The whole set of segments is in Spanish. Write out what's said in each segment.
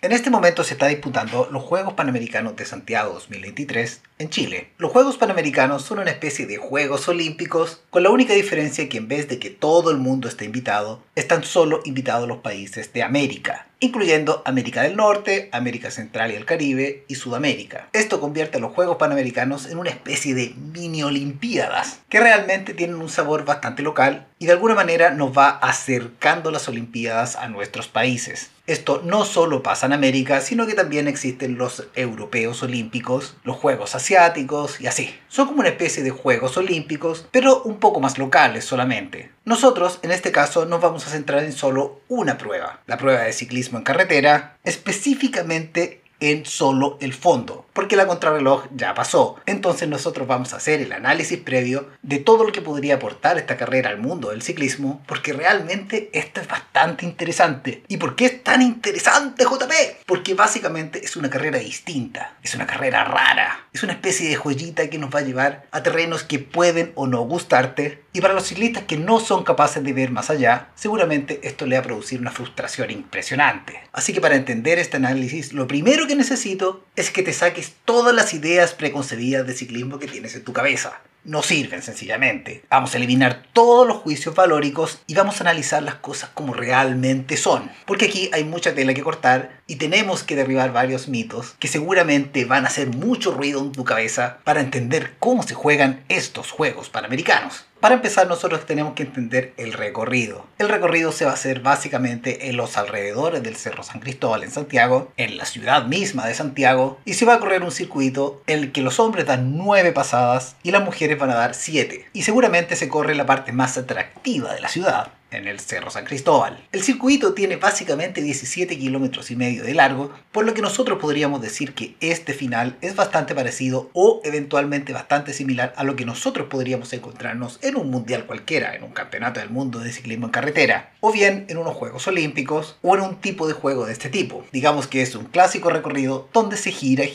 En este momento se está disputando los Juegos Panamericanos de Santiago 2023 en Chile. Los Juegos Panamericanos son una especie de Juegos Olímpicos, con la única diferencia que en vez de que todo el mundo esté invitado, están solo invitados los países de América, incluyendo América del Norte, América Central y el Caribe y Sudamérica. Esto convierte a los Juegos Panamericanos en una especie de mini olimpiadas, que realmente tienen un sabor bastante local y de alguna manera nos va acercando las olimpiadas a nuestros países. Esto no solo pasa en América, sino que también existen los europeos olímpicos, los juegos asiáticos y así. Son como una especie de juegos olímpicos, pero un poco más locales solamente. Nosotros, en este caso, nos vamos a centrar en solo una prueba, la prueba de ciclismo en carretera, específicamente en solo el fondo, porque la contrarreloj ya pasó. Entonces nosotros vamos a hacer el análisis previo de todo lo que podría aportar esta carrera al mundo del ciclismo, porque realmente esto es bastante interesante. ¿Y por qué es tan interesante, JP? Porque básicamente es una carrera distinta, es una carrera rara, es una especie de joyita que nos va a llevar a terrenos que pueden o no gustarte, y para los ciclistas que no son capaces de ver más allá, seguramente esto le va a producir una frustración impresionante. Así que para entender este análisis, lo primero que necesito es que te saques todas las ideas preconcebidas de ciclismo que tienes en tu cabeza. No sirven sencillamente. Vamos a eliminar todos los juicios valóricos y vamos a analizar las cosas como realmente son. Porque aquí hay mucha tela que cortar y tenemos que derribar varios mitos que seguramente van a hacer mucho ruido en tu cabeza para entender cómo se juegan estos Juegos Panamericanos. Para empezar, nosotros tenemos que entender el recorrido. El recorrido se va a hacer básicamente en los alrededores del Cerro San Cristóbal en Santiago, en la ciudad misma de Santiago, y se va a correr un circuito en el que los hombres dan 9 pasadas y las mujeres van a dar 7. Y seguramente se corre la parte más atractiva de la ciudad, en el Cerro San Cristóbal. El circuito tiene básicamente 17 kilómetros y medio de largo, por lo que nosotros podríamos decir que este final es bastante parecido o eventualmente bastante similar a lo que nosotros podríamos encontrarnos en un mundial cualquiera, en un campeonato del mundo de ciclismo en carretera, o bien en unos Juegos Olímpicos o en un tipo de juego de este tipo. Digamos que es un clásico recorrido donde se gira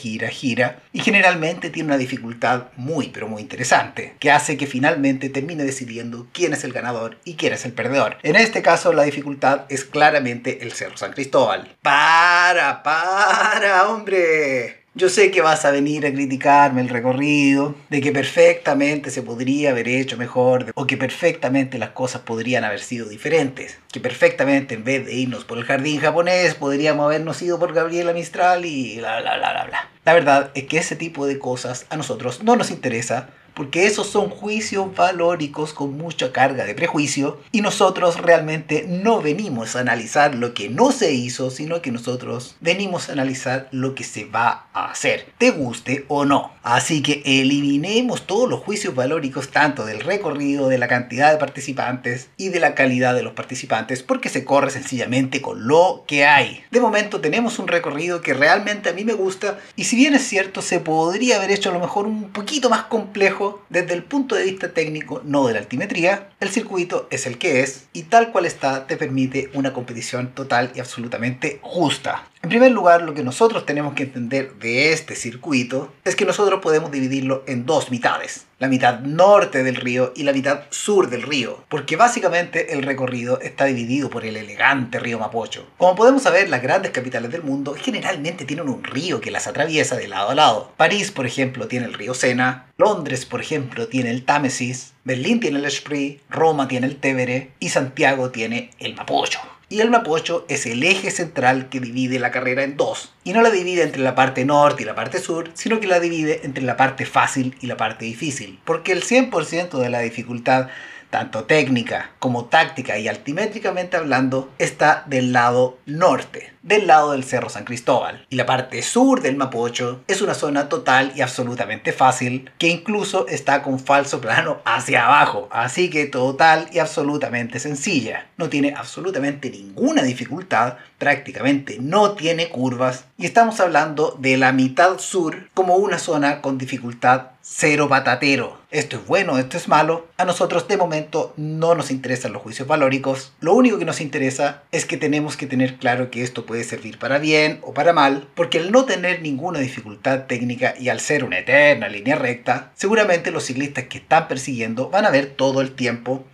y generalmente tiene una dificultad muy pero muy interesante, que hace que finalmente termine decidiendo quién es el ganador y quién es el perdedor. En este caso la dificultad es claramente el Cerro San Cristóbal. ¡Para, hombre! Yo sé que vas a venir a criticarme el recorrido, de que perfectamente se podría haber hecho mejor, o que perfectamente las cosas podrían haber sido diferentes, que perfectamente en vez de irnos por el jardín japonés podríamos habernos ido por Gabriela Mistral y bla bla bla bla bla. La verdad es que ese tipo de cosas a nosotros no nos interesa, porque esos son juicios valóricos con mucha carga de prejuicio y nosotros realmente no venimos a analizar lo que no se hizo, sino que nosotros venimos a analizar lo que se va a hacer, te guste o no. Así que eliminemos todos los juicios valóricos, tanto del recorrido, de la cantidad de participantes y de la calidad de los participantes, porque se corre sencillamente con lo que hay. De momento tenemos un recorrido que realmente a mí me gusta, y si bien es cierto se podría haber hecho a lo mejor un poquito más complejo desde el punto de vista técnico, no de la altimetría, el circuito es el que es y tal cual está te permite una competición total y absolutamente justa. En primer lugar, lo que nosotros tenemos que entender de este circuito es que nosotros podemos dividirlo en dos mitades. La mitad norte del río y la mitad sur del río, porque básicamente el recorrido está dividido por el elegante río Mapocho. Como podemos saber, las grandes capitales del mundo generalmente tienen un río que las atraviesa de lado a lado. París, por ejemplo, tiene el río Sena, Londres, por ejemplo, tiene el Támesis, Berlín tiene el Spree, Roma tiene el Tevere y Santiago tiene el Mapocho. Y el Mapocho es el eje central que divide la carrera en dos. Y no la divide entre la parte norte y la parte sur, sino que la divide entre la parte fácil y la parte difícil. Porque el 100% de la dificultad, tanto técnica como táctica y altimétricamente hablando, está del lado norte, del lado del Cerro San Cristóbal. Y la parte sur del Mapocho es una zona total y absolutamente fácil, que incluso está con falso plano hacia abajo, así que total y absolutamente sencilla. No tiene absolutamente ninguna dificultad, prácticamente no tiene curvas, y estamos hablando de la mitad sur como una zona con dificultad cero patatero. Esto es bueno, esto es malo. A nosotros de momento no nos interesan los juicios valóricos. Lo único que nos interesa es que tenemos que tener claro que esto puede servir para bien o para mal, porque al no tener ninguna dificultad técnica y al ser una eterna línea recta, seguramente los ciclistas que están persiguiendo van a ver todo el tiempo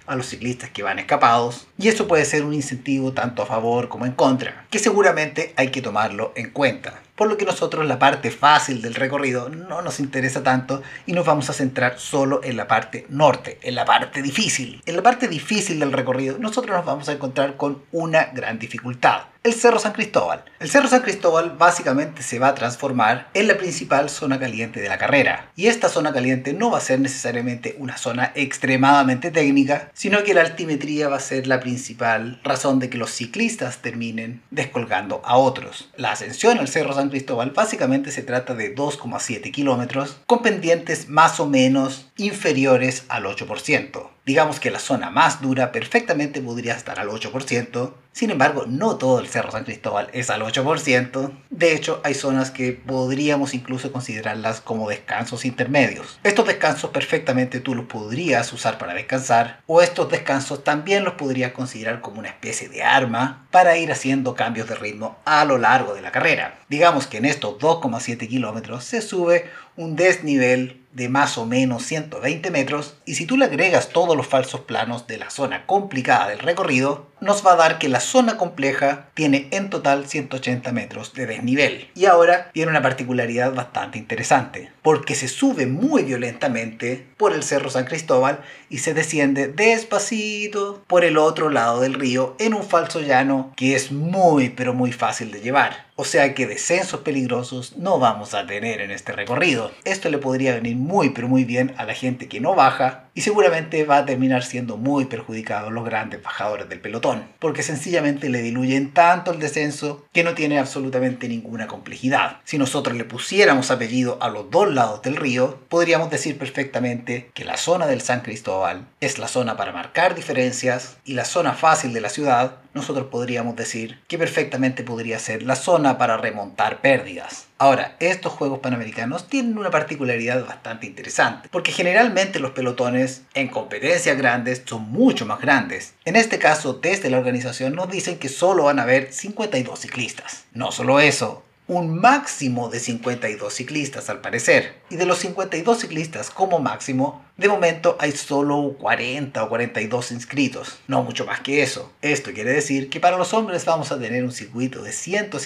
a los ciclistas que van escapados, y eso puede ser un incentivo tanto a favor como en contra, que seguramente hay que tomarlo en cuenta. Por lo que nosotros la parte fácil del recorrido no nos interesa tanto y nos vamos a centrar solo en la parte norte, en la parte difícil. En la parte difícil del recorrido nosotros nos vamos a encontrar con una gran dificultad: el Cerro San Cristóbal. El Cerro San Cristóbal básicamente se va a transformar en la principal zona caliente de la carrera. Y esta zona caliente no va a ser necesariamente una zona extremadamente técnica, sino que la altimetría va a ser la principal razón de que los ciclistas terminen descolgando a otros. La ascensión al Cerro San Cristóbal básicamente se trata de 2,7 kilómetros con pendientes más o menos inferiores al 8%. Digamos que la zona más dura perfectamente podría estar al 8%, sin embargo no todo el Cerro San Cristóbal es al 8%, de hecho hay zonas que podríamos incluso considerarlas como descansos intermedios. Estos descansos perfectamente tú los podrías usar para descansar, o estos descansos también los podrías considerar como una especie de arma para ir haciendo cambios de ritmo a lo largo de la carrera. Digamos que en estos 2,7 kilómetros se sube un desnivel de más o menos 120 metros, y si tú le agregas todos los falsos planos de la zona complicada del recorrido, nos va a dar que la zona compleja tiene en total 180 metros de desnivel. Y ahora tiene una particularidad bastante interesante, porque se sube muy violentamente por el Cerro San Cristóbal y se desciende despacito por el otro lado del río en un falso llano que es muy pero muy fácil de llevar. O sea que descensos peligrosos no vamos a tener en este recorrido. Esto le podría venir muy pero muy bien a la gente que no baja, y seguramente va a terminar siendo muy perjudicado los grandes bajadores del pelotón, porque sencillamente le diluyen tanto el descenso que no tiene absolutamente ninguna complejidad. Si nosotros le pusiéramos apellido a los dos lados del río, podríamos decir perfectamente que la zona del San Cristóbal es la zona para marcar diferencias, y la zona fácil de la ciudad nosotros podríamos decir que perfectamente podría ser la zona para remontar pérdidas. Ahora, estos Juegos Panamericanos tienen una particularidad bastante interesante, porque generalmente los pelotones en competencias grandes son mucho más grandes. En este caso, desde la organización nos dicen que solo van a haber 52 ciclistas. No solo eso, un máximo de 52 ciclistas al parecer. Y de los 52 ciclistas como máximo, de momento hay solo 40 o 42 inscritos, no mucho más que eso. Esto quiere decir que para los hombres vamos a tener un circuito de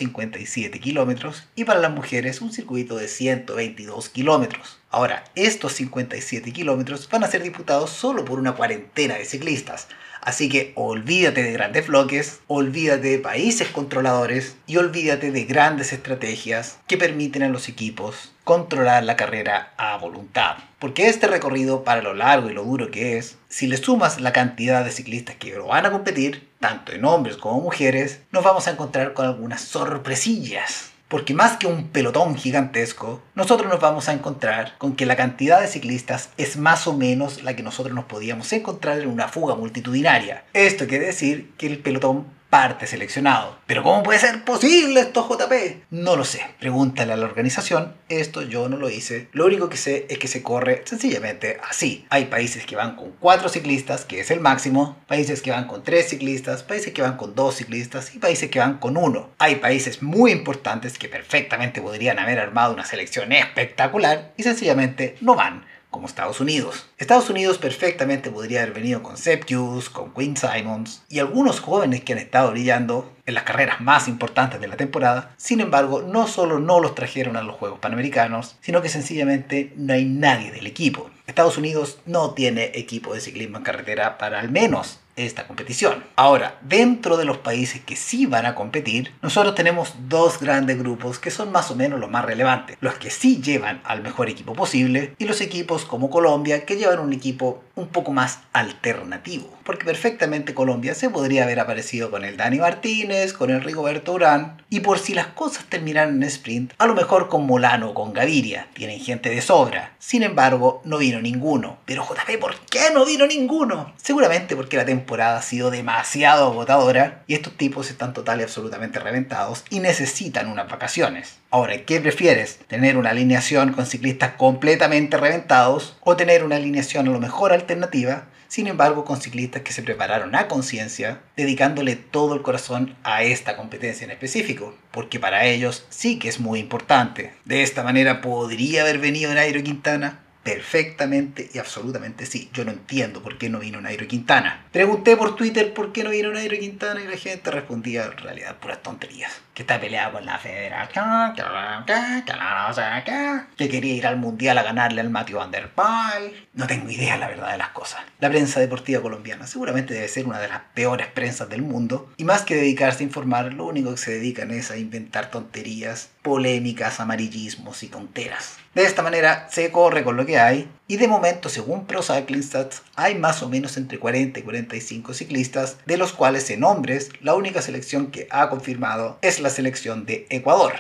157 kilómetros y para las mujeres un circuito de 122 kilómetros. Ahora, estos 57 kilómetros van a ser disputados solo por una cuarentena de ciclistas. Así que olvídate de grandes bloques, olvídate de países controladores y olvídate de grandes estrategias que permiten a los equipos controlar la carrera a voluntad. Porque este recorrido, para lo largo y lo duro que es, si le sumas la cantidad de ciclistas que lo van a competir, tanto en hombres como mujeres, nos vamos a encontrar con algunas sorpresillas. Porque más que un pelotón gigantesco, nosotros nos vamos a encontrar con que la cantidad de ciclistas es más o menos la que nosotros nos podíamos encontrar en una fuga multitudinaria. Esto quiere decir que el pelotón parte seleccionado. ¿Pero cómo puede ser posible esto, JP? No lo sé. Pregúntale a la organización. Esto yo no lo hice. Lo único que sé es que se corre sencillamente así. Hay países que van con 4 ciclistas, que es el máximo. Países que van con 3 ciclistas. Países que van con 2 ciclistas. Y países que van con 1. Hay países muy importantes que perfectamente podrían haber armado una selección espectacular y sencillamente no van, como Estados Unidos. Estados Unidos perfectamente podría haber venido con Septius, con Quinn Simmons y algunos jóvenes que han estado brillando en las carreras más importantes de la temporada. Sin embargo, no solo no los trajeron a los Juegos Panamericanos, sino que sencillamente no hay nadie del equipo. Estados Unidos no tiene equipo de ciclismo en carretera para al menos esta competición. Ahora, dentro de los países que sí van a competir, nosotros tenemos dos grandes grupos que son más o menos los más relevantes. Los que sí llevan al mejor equipo posible y los equipos como Colombia que llevan un equipo un poco más alternativo. Porque perfectamente Colombia se podría haber aparecido con el Dani Martínez, con el Rigoberto Urán, y por si las cosas terminaran en sprint, a lo mejor con Molano o con Gaviria. Tienen gente de sobra. Sin embargo, no vino ninguno. Pero JP, ¿por qué no vino ninguno? Seguramente porque la temporada ha sido demasiado agotadora y estos tipos están total y absolutamente reventados y necesitan unas vacaciones. Ahora, ¿qué prefieres? ¿Tener una alineación con ciclistas completamente reventados o tener una alineación a lo mejor alternativa, sin embargo con ciclistas que se prepararon a conciencia, dedicándole todo el corazón a esta competencia en específico? Porque para ellos sí que es muy importante. De esta manera podría haber venido Nairo Quintana, perfectamente y absolutamente sí. Yo no entiendo por qué no vino Nairo Quintana. Pregunté por Twitter por qué no vino Nairo Quintana y la gente respondía en realidad puras tonterías. Que está peleado con la federación, que quería ir al mundial a ganarle al Matthew Van Der Poel. No tengo idea la verdad de las cosas. La prensa deportiva colombiana seguramente debe ser una de las peores prensas del mundo y más que dedicarse a informar, lo único que se dedican es a inventar tonterías, polémicas, amarillismos y tonteras. De esta manera se corre con lo que hay y de momento, según Pro Cycling Stats, hay más o menos entre 40 y 45 ciclistas, de los cuales en hombres la única selección que ha confirmado es la selección de Ecuador.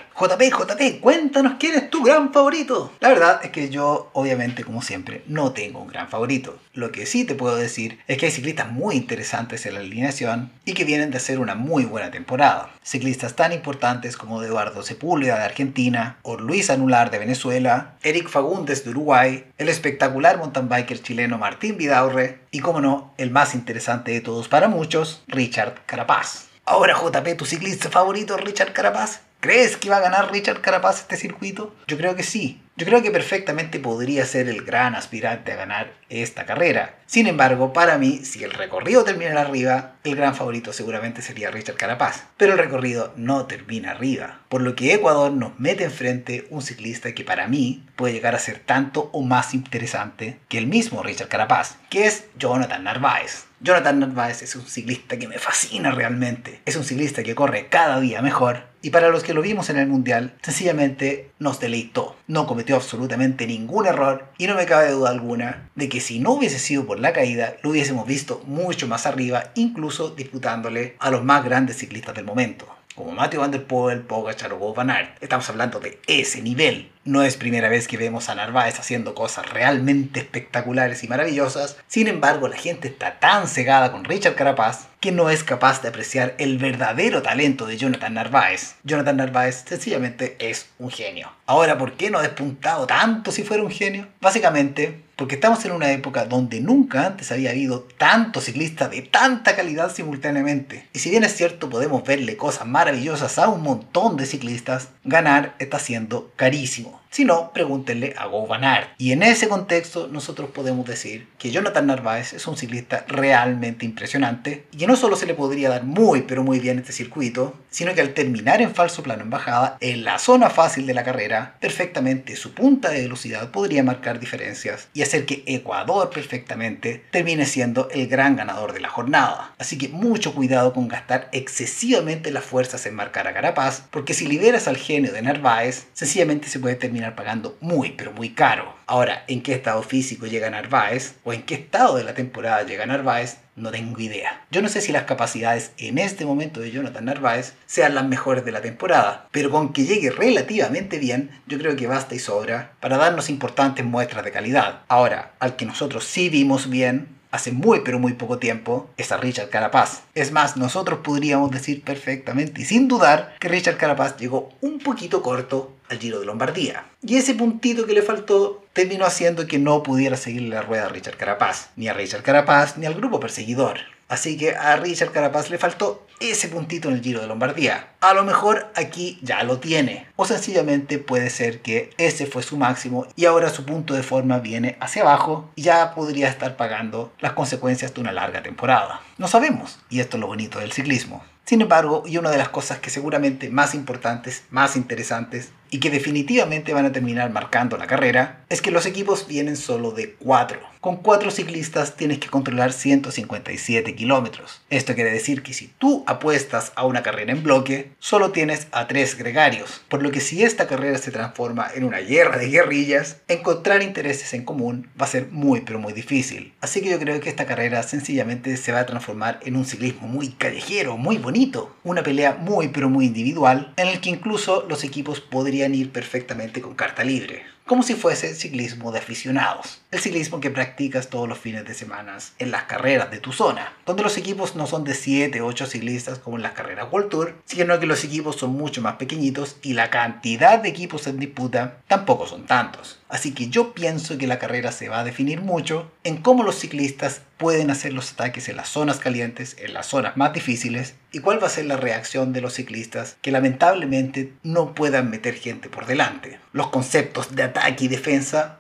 JP, cuéntanos quién es tu gran favorito. La verdad es que yo, obviamente, como siempre, no tengo un gran favorito. Lo que sí te puedo decir es que hay ciclistas muy interesantes en la alineación y que vienen de hacer una muy buena temporada. Ciclistas tan importantes como Eduardo Sepúlveda de Argentina, o Luis Anular de Venezuela, Eric Fagundes de Uruguay, el espectacular mountain biker chileno Martín Vidaurre y, como no, el más interesante de todos para muchos, Richard Carapaz. Ahora, JP, ¿tu ciclista favorito es Richard Carapaz? ¿Crees que va a ganar Richard Carapaz este circuito? Yo creo que sí. Yo creo que perfectamente podría ser el gran aspirante a ganar esta carrera. Sin embargo, para mí, si el recorrido termina arriba, el gran favorito seguramente sería Richard Carapaz. Pero el recorrido no termina arriba, por lo que Ecuador nos mete enfrente un ciclista que para mí puede llegar a ser tanto o más interesante que el mismo Richard Carapaz, que es Jonathan Narváez. Jonathan Narváez es un ciclista que me fascina realmente. Es un ciclista que corre cada día mejor y para los que lo vimos en el Mundial, sencillamente nos deleitó. No cometió absolutamente ningún error y no me cabe duda alguna de que si no hubiese sido por la caída, lo hubiésemos visto mucho más arriba, incluso disputándole a los más grandes ciclistas del momento, como Mathieu Van Der Poel, Pogačar o Wout van Aert. Estamos hablando de ese nivel. No es primera vez que vemos a Narváez haciendo cosas realmente espectaculares y maravillosas. Sin embargo, la gente está tan cegada con Richard Carapaz que no es capaz de apreciar el verdadero talento de Jonathan Narváez. Jonathan Narváez sencillamente es un genio. Ahora, ¿por qué no ha despuntado tanto si fuera un genio? Básicamente porque estamos en una época donde nunca antes había habido tantos ciclistas de tanta calidad simultáneamente. Y si bien es cierto, podemos verle cosas maravillosas a un montón de ciclistas, ganar está siendo carísimo. Si no, pregúntenle a Wout van Aert. Y en ese contexto nosotros podemos decir que Jonathan Narváez es un ciclista realmente impresionante y que no solo se le podría dar muy pero muy bien este circuito, sino que al terminar en falso plano en bajada, en la zona fácil de la carrera, perfectamente su punta de velocidad podría marcar diferencias y hacer que Ecuador perfectamente termine siendo el gran ganador de la jornada. Así que mucho cuidado con gastar excesivamente las fuerzas en marcar a Carapaz, porque si liberas al genio de Narváez, sencillamente se puede terminar pagando muy pero muy caro. Ahora, ¿en qué estado físico llega Narváez o en qué estado de la temporada llega Narváez? No tengo idea. Yo no sé si las capacidades en este momento de Jonathan Narváez sean las mejores de la temporada, pero con que llegue relativamente bien, yo creo que basta y sobra para darnos importantes muestras de calidad. Ahora, al que nosotros sí vimos bien hace muy pero muy poco tiempo es a Richard Carapaz. Es más, nosotros podríamos decir perfectamente y sin dudar que Richard Carapaz llegó un poquito corto al Giro de Lombardía. Y ese puntito que le faltó terminó haciendo que no pudiera seguir la rueda a Richard Carapaz. Ni a Richard Carapaz ni al grupo perseguidor. Así que a Richard Carapaz le faltó ese puntito en el Giro de Lombardía. A lo mejor aquí ya lo tiene. O sencillamente puede ser que ese fue su máximo y ahora su punto de forma viene hacia abajo y ya podría estar pagando las consecuencias de una larga temporada. No sabemos. Y esto es lo bonito del ciclismo. Sin embargo, y una de las cosas que seguramente más importantes, más interesantes y que definitivamente van a terminar marcando la carrera, es que los equipos vienen solo de 4. Con 4 ciclistas tienes que controlar 157 kilómetros. Esto quiere decir que si tú apuestas a una carrera en bloque, solo tienes a 3 gregarios. Por lo que si esta carrera se transforma en una guerra de guerrillas, encontrar intereses en común va a ser muy pero muy difícil. Así que yo creo que esta carrera sencillamente se va a transformar en un ciclismo muy callejero, muy bonito. Una pelea muy pero muy individual, en el que incluso los equipos podrían ir perfectamente con carta libre, como si fuese ciclismo de aficionados. El ciclismo que practicas todos los fines de semana en las carreras de tu zona, donde los equipos no son de 7 o 8 ciclistas como en las carreras World Tour, sino que los equipos son mucho más pequeñitos y la cantidad de equipos en disputa tampoco son tantos. Así que yo pienso que la carrera se va a definir mucho en cómo los ciclistas pueden hacer los ataques en las zonas calientes, en las zonas más difíciles, y cuál va a ser la reacción de los ciclistas que lamentablemente no puedan meter gente por delante. Los conceptos de ataque y defensa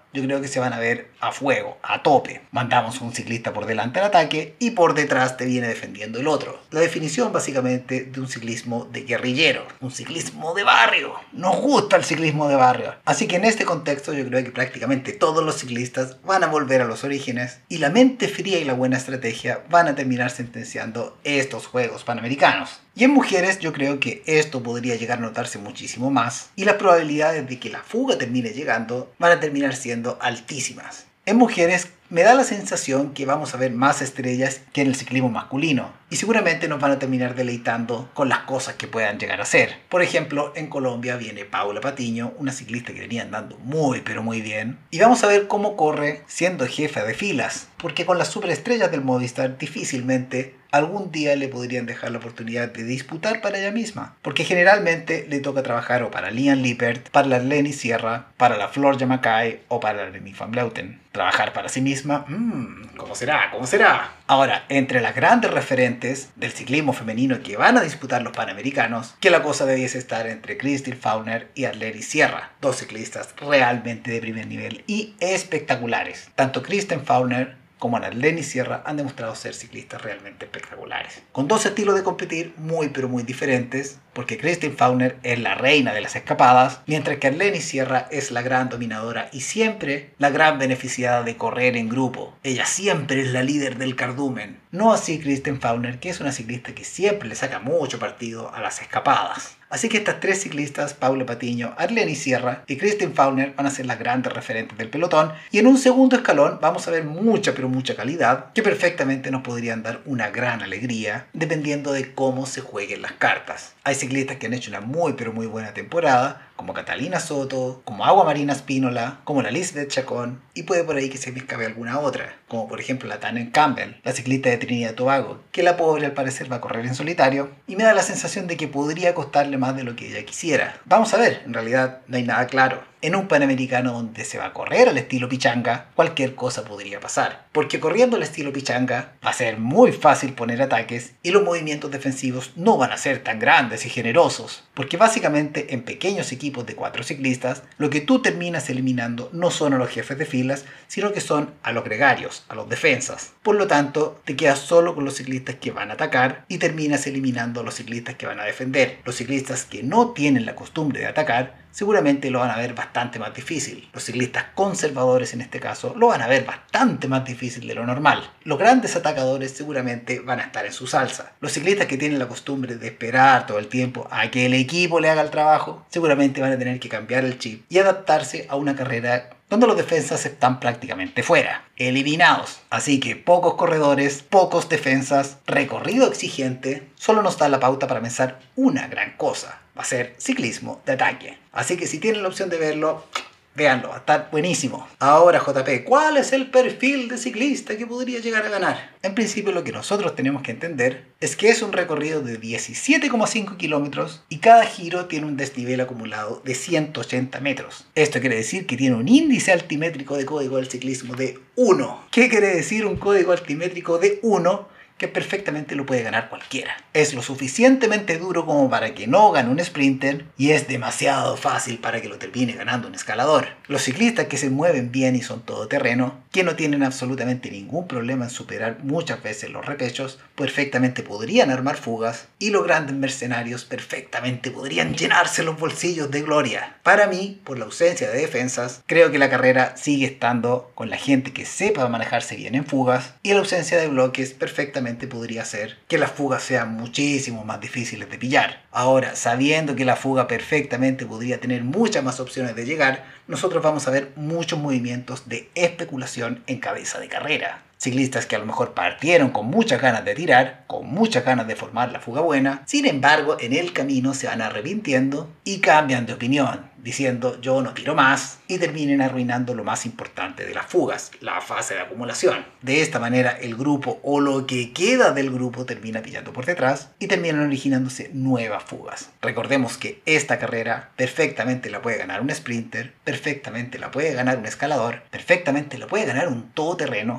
yo creo que se van a ver a fuego, a tope. Mandamos un ciclista por delante al ataque y por detrás te viene defendiendo el otro. La definición básicamente de un ciclismo de guerrillero, un ciclismo de barrio. Nos gusta el ciclismo de barrio. Así que en este contexto yo creo que prácticamente todos los ciclistas van a volver a los orígenes y la mente fría y la buena estrategia van a terminar sentenciando estos Juegos Panamericanos. Y en mujeres yo creo que esto podría llegar a notarse muchísimo más y las probabilidades de que la fuga termine llegando van a terminar siendo altísimas. En mujeres me da la sensación que vamos a ver más estrellas que en el ciclismo masculino y seguramente nos van a terminar deleitando con las cosas que puedan llegar a ser. Por ejemplo, en Colombia viene Paula Patiño, una ciclista que venía andando muy pero muy bien, y vamos a ver cómo corre siendo jefa de filas, porque con las superestrellas del Movistar difícilmente algún día le podrían dejar la oportunidad de disputar para ella misma, porque generalmente le toca trabajar o para Lian Lippert, para la Arleny Sierra, para la Flor Jamaicai o para la Remy van Vleuten. Trabajar para sí misma, ¿cómo será? ¿Cómo será? Ahora, entre las grandes referentes del ciclismo femenino que van a disputar los Panamericanos, que la cosa debiese estar entre Kristin Faulkner y Arleny Sierra, dos ciclistas realmente de primer nivel y espectaculares. Tanto Kristin Faulkner como Arleny Sierra han demostrado ser ciclistas realmente espectaculares. Con dos estilos de competir muy pero muy diferentes, porque Kristin Faulkner es la reina de las escapadas, mientras que Arleny Sierra es la gran dominadora y siempre la gran beneficiada de correr en grupo. Ella siempre es la líder del cardumen. No así Kristin Faulkner, que es una ciclista que siempre le saca mucho partido a las escapadas. Así que estas tres ciclistas, Paula Patiño, Arleny Sierra y Kristin Faulkner, van a ser las grandes referentes del pelotón. Y en un segundo escalón vamos a ver mucha pero mucha calidad que perfectamente nos podrían dar una gran alegría dependiendo de cómo se jueguen las cartas. Hay ciclistas que han hecho una muy pero muy buena temporada, como Catalina Soto, como Agua Marina Spínola, como la Lisbeth Chacón, y puede por ahí que se me escape alguna otra, como por ejemplo la Tannen Campbell, la ciclista de Trinidad y Tobago, que la pobre al parecer va a correr en solitario, y me da la sensación de que podría costarle más de lo que ella quisiera. Vamos a ver, en realidad no hay nada claro. En un Panamericano donde se va a correr al estilo pichanga, cualquier cosa podría pasar. Porque corriendo al estilo pichanga va a ser muy fácil poner ataques y los movimientos defensivos no van a ser tan grandes y generosos. Porque básicamente en pequeños equipos de 4 ciclistas, lo que tú terminas eliminando no son a los jefes de filas, sino que son a los gregarios, a los defensas. Por lo tanto, te quedas solo con los ciclistas que van a atacar y terminas eliminando a los ciclistas que van a defender. Los ciclistas que no tienen la costumbre de atacar seguramente lo van a ver bastante más difícil. Los ciclistas conservadores en este caso lo van a ver bastante más difícil de lo normal. Los grandes atacadores seguramente van a estar en su salsa. Los ciclistas que tienen la costumbre de esperar todo el tiempo a que el equipo le haga el trabajo, seguramente van a tener que cambiar el chip y adaptarse a una carrera donde los defensas están prácticamente fuera, eliminados. Así que pocos corredores, pocos defensas, recorrido exigente, solo nos da la pauta para pensar una gran cosa. Va a ser ciclismo de ataque. Así que si tienen la opción de verlo, véanlo, va a estar buenísimo. Ahora, JP, ¿cuál es el perfil de ciclista que podría llegar a ganar? En principio lo que nosotros tenemos que entender es que es un recorrido de 17,5 kilómetros y cada giro tiene un desnivel acumulado de 180 metros. Esto quiere decir que tiene un índice altimétrico de código del ciclismo de 1. ¿Qué quiere decir un código altimétrico de 1? Que perfectamente lo puede ganar cualquiera. Es lo suficientemente duro como para que no gane un sprinter y es demasiado fácil para que lo termine ganando un escalador. Los ciclistas que se mueven bien y son todoterreno, que no tienen absolutamente ningún problema en superar muchas veces los repechos, perfectamente podrían armar fugas y los grandes mercenarios perfectamente podrían llenarse los bolsillos de gloria. Para mí, por la ausencia de defensas, creo que la carrera sigue estando con la gente que sepa manejarse bien en fugas y la ausencia de bloques perfectamente podría hacer que las fugas sean muchísimo más difíciles de pillar. Ahora, sabiendo que la fuga perfectamente podría tener muchas más opciones de llegar, nosotros vamos a ver muchos movimientos de especulación en cabeza de carrera. Ciclistas que a lo mejor partieron con muchas ganas de tirar, con muchas ganas de formar la fuga buena, sin embargo en el camino se van arrepintiendo y cambian de opinión, diciendo yo no tiro más y terminen arruinando lo más importante de las fugas, la fase de acumulación. De esta manera el grupo o lo que queda del grupo termina pillando por detrás y terminan originándose nuevas fugas. Recordemos que esta carrera perfectamente la puede ganar un sprinter, perfectamente la puede ganar un escalador, perfectamente la puede ganar un todoterreno. Sin embargo,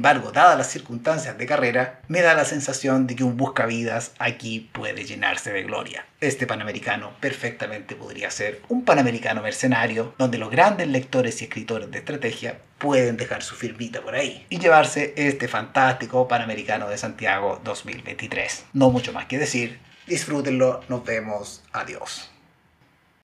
embargo, dadas las circunstancias de carrera, me da la sensación de que un buscavidas aquí puede llenarse de gloria. Este Panamericano perfectamente podría ser un Panamericano mercenario, donde los grandes lectores y escritores de estrategia pueden dejar su firmita por ahí y llevarse este fantástico Panamericano de Santiago 2023. No mucho más que decir, disfrútenlo, nos vemos, adiós.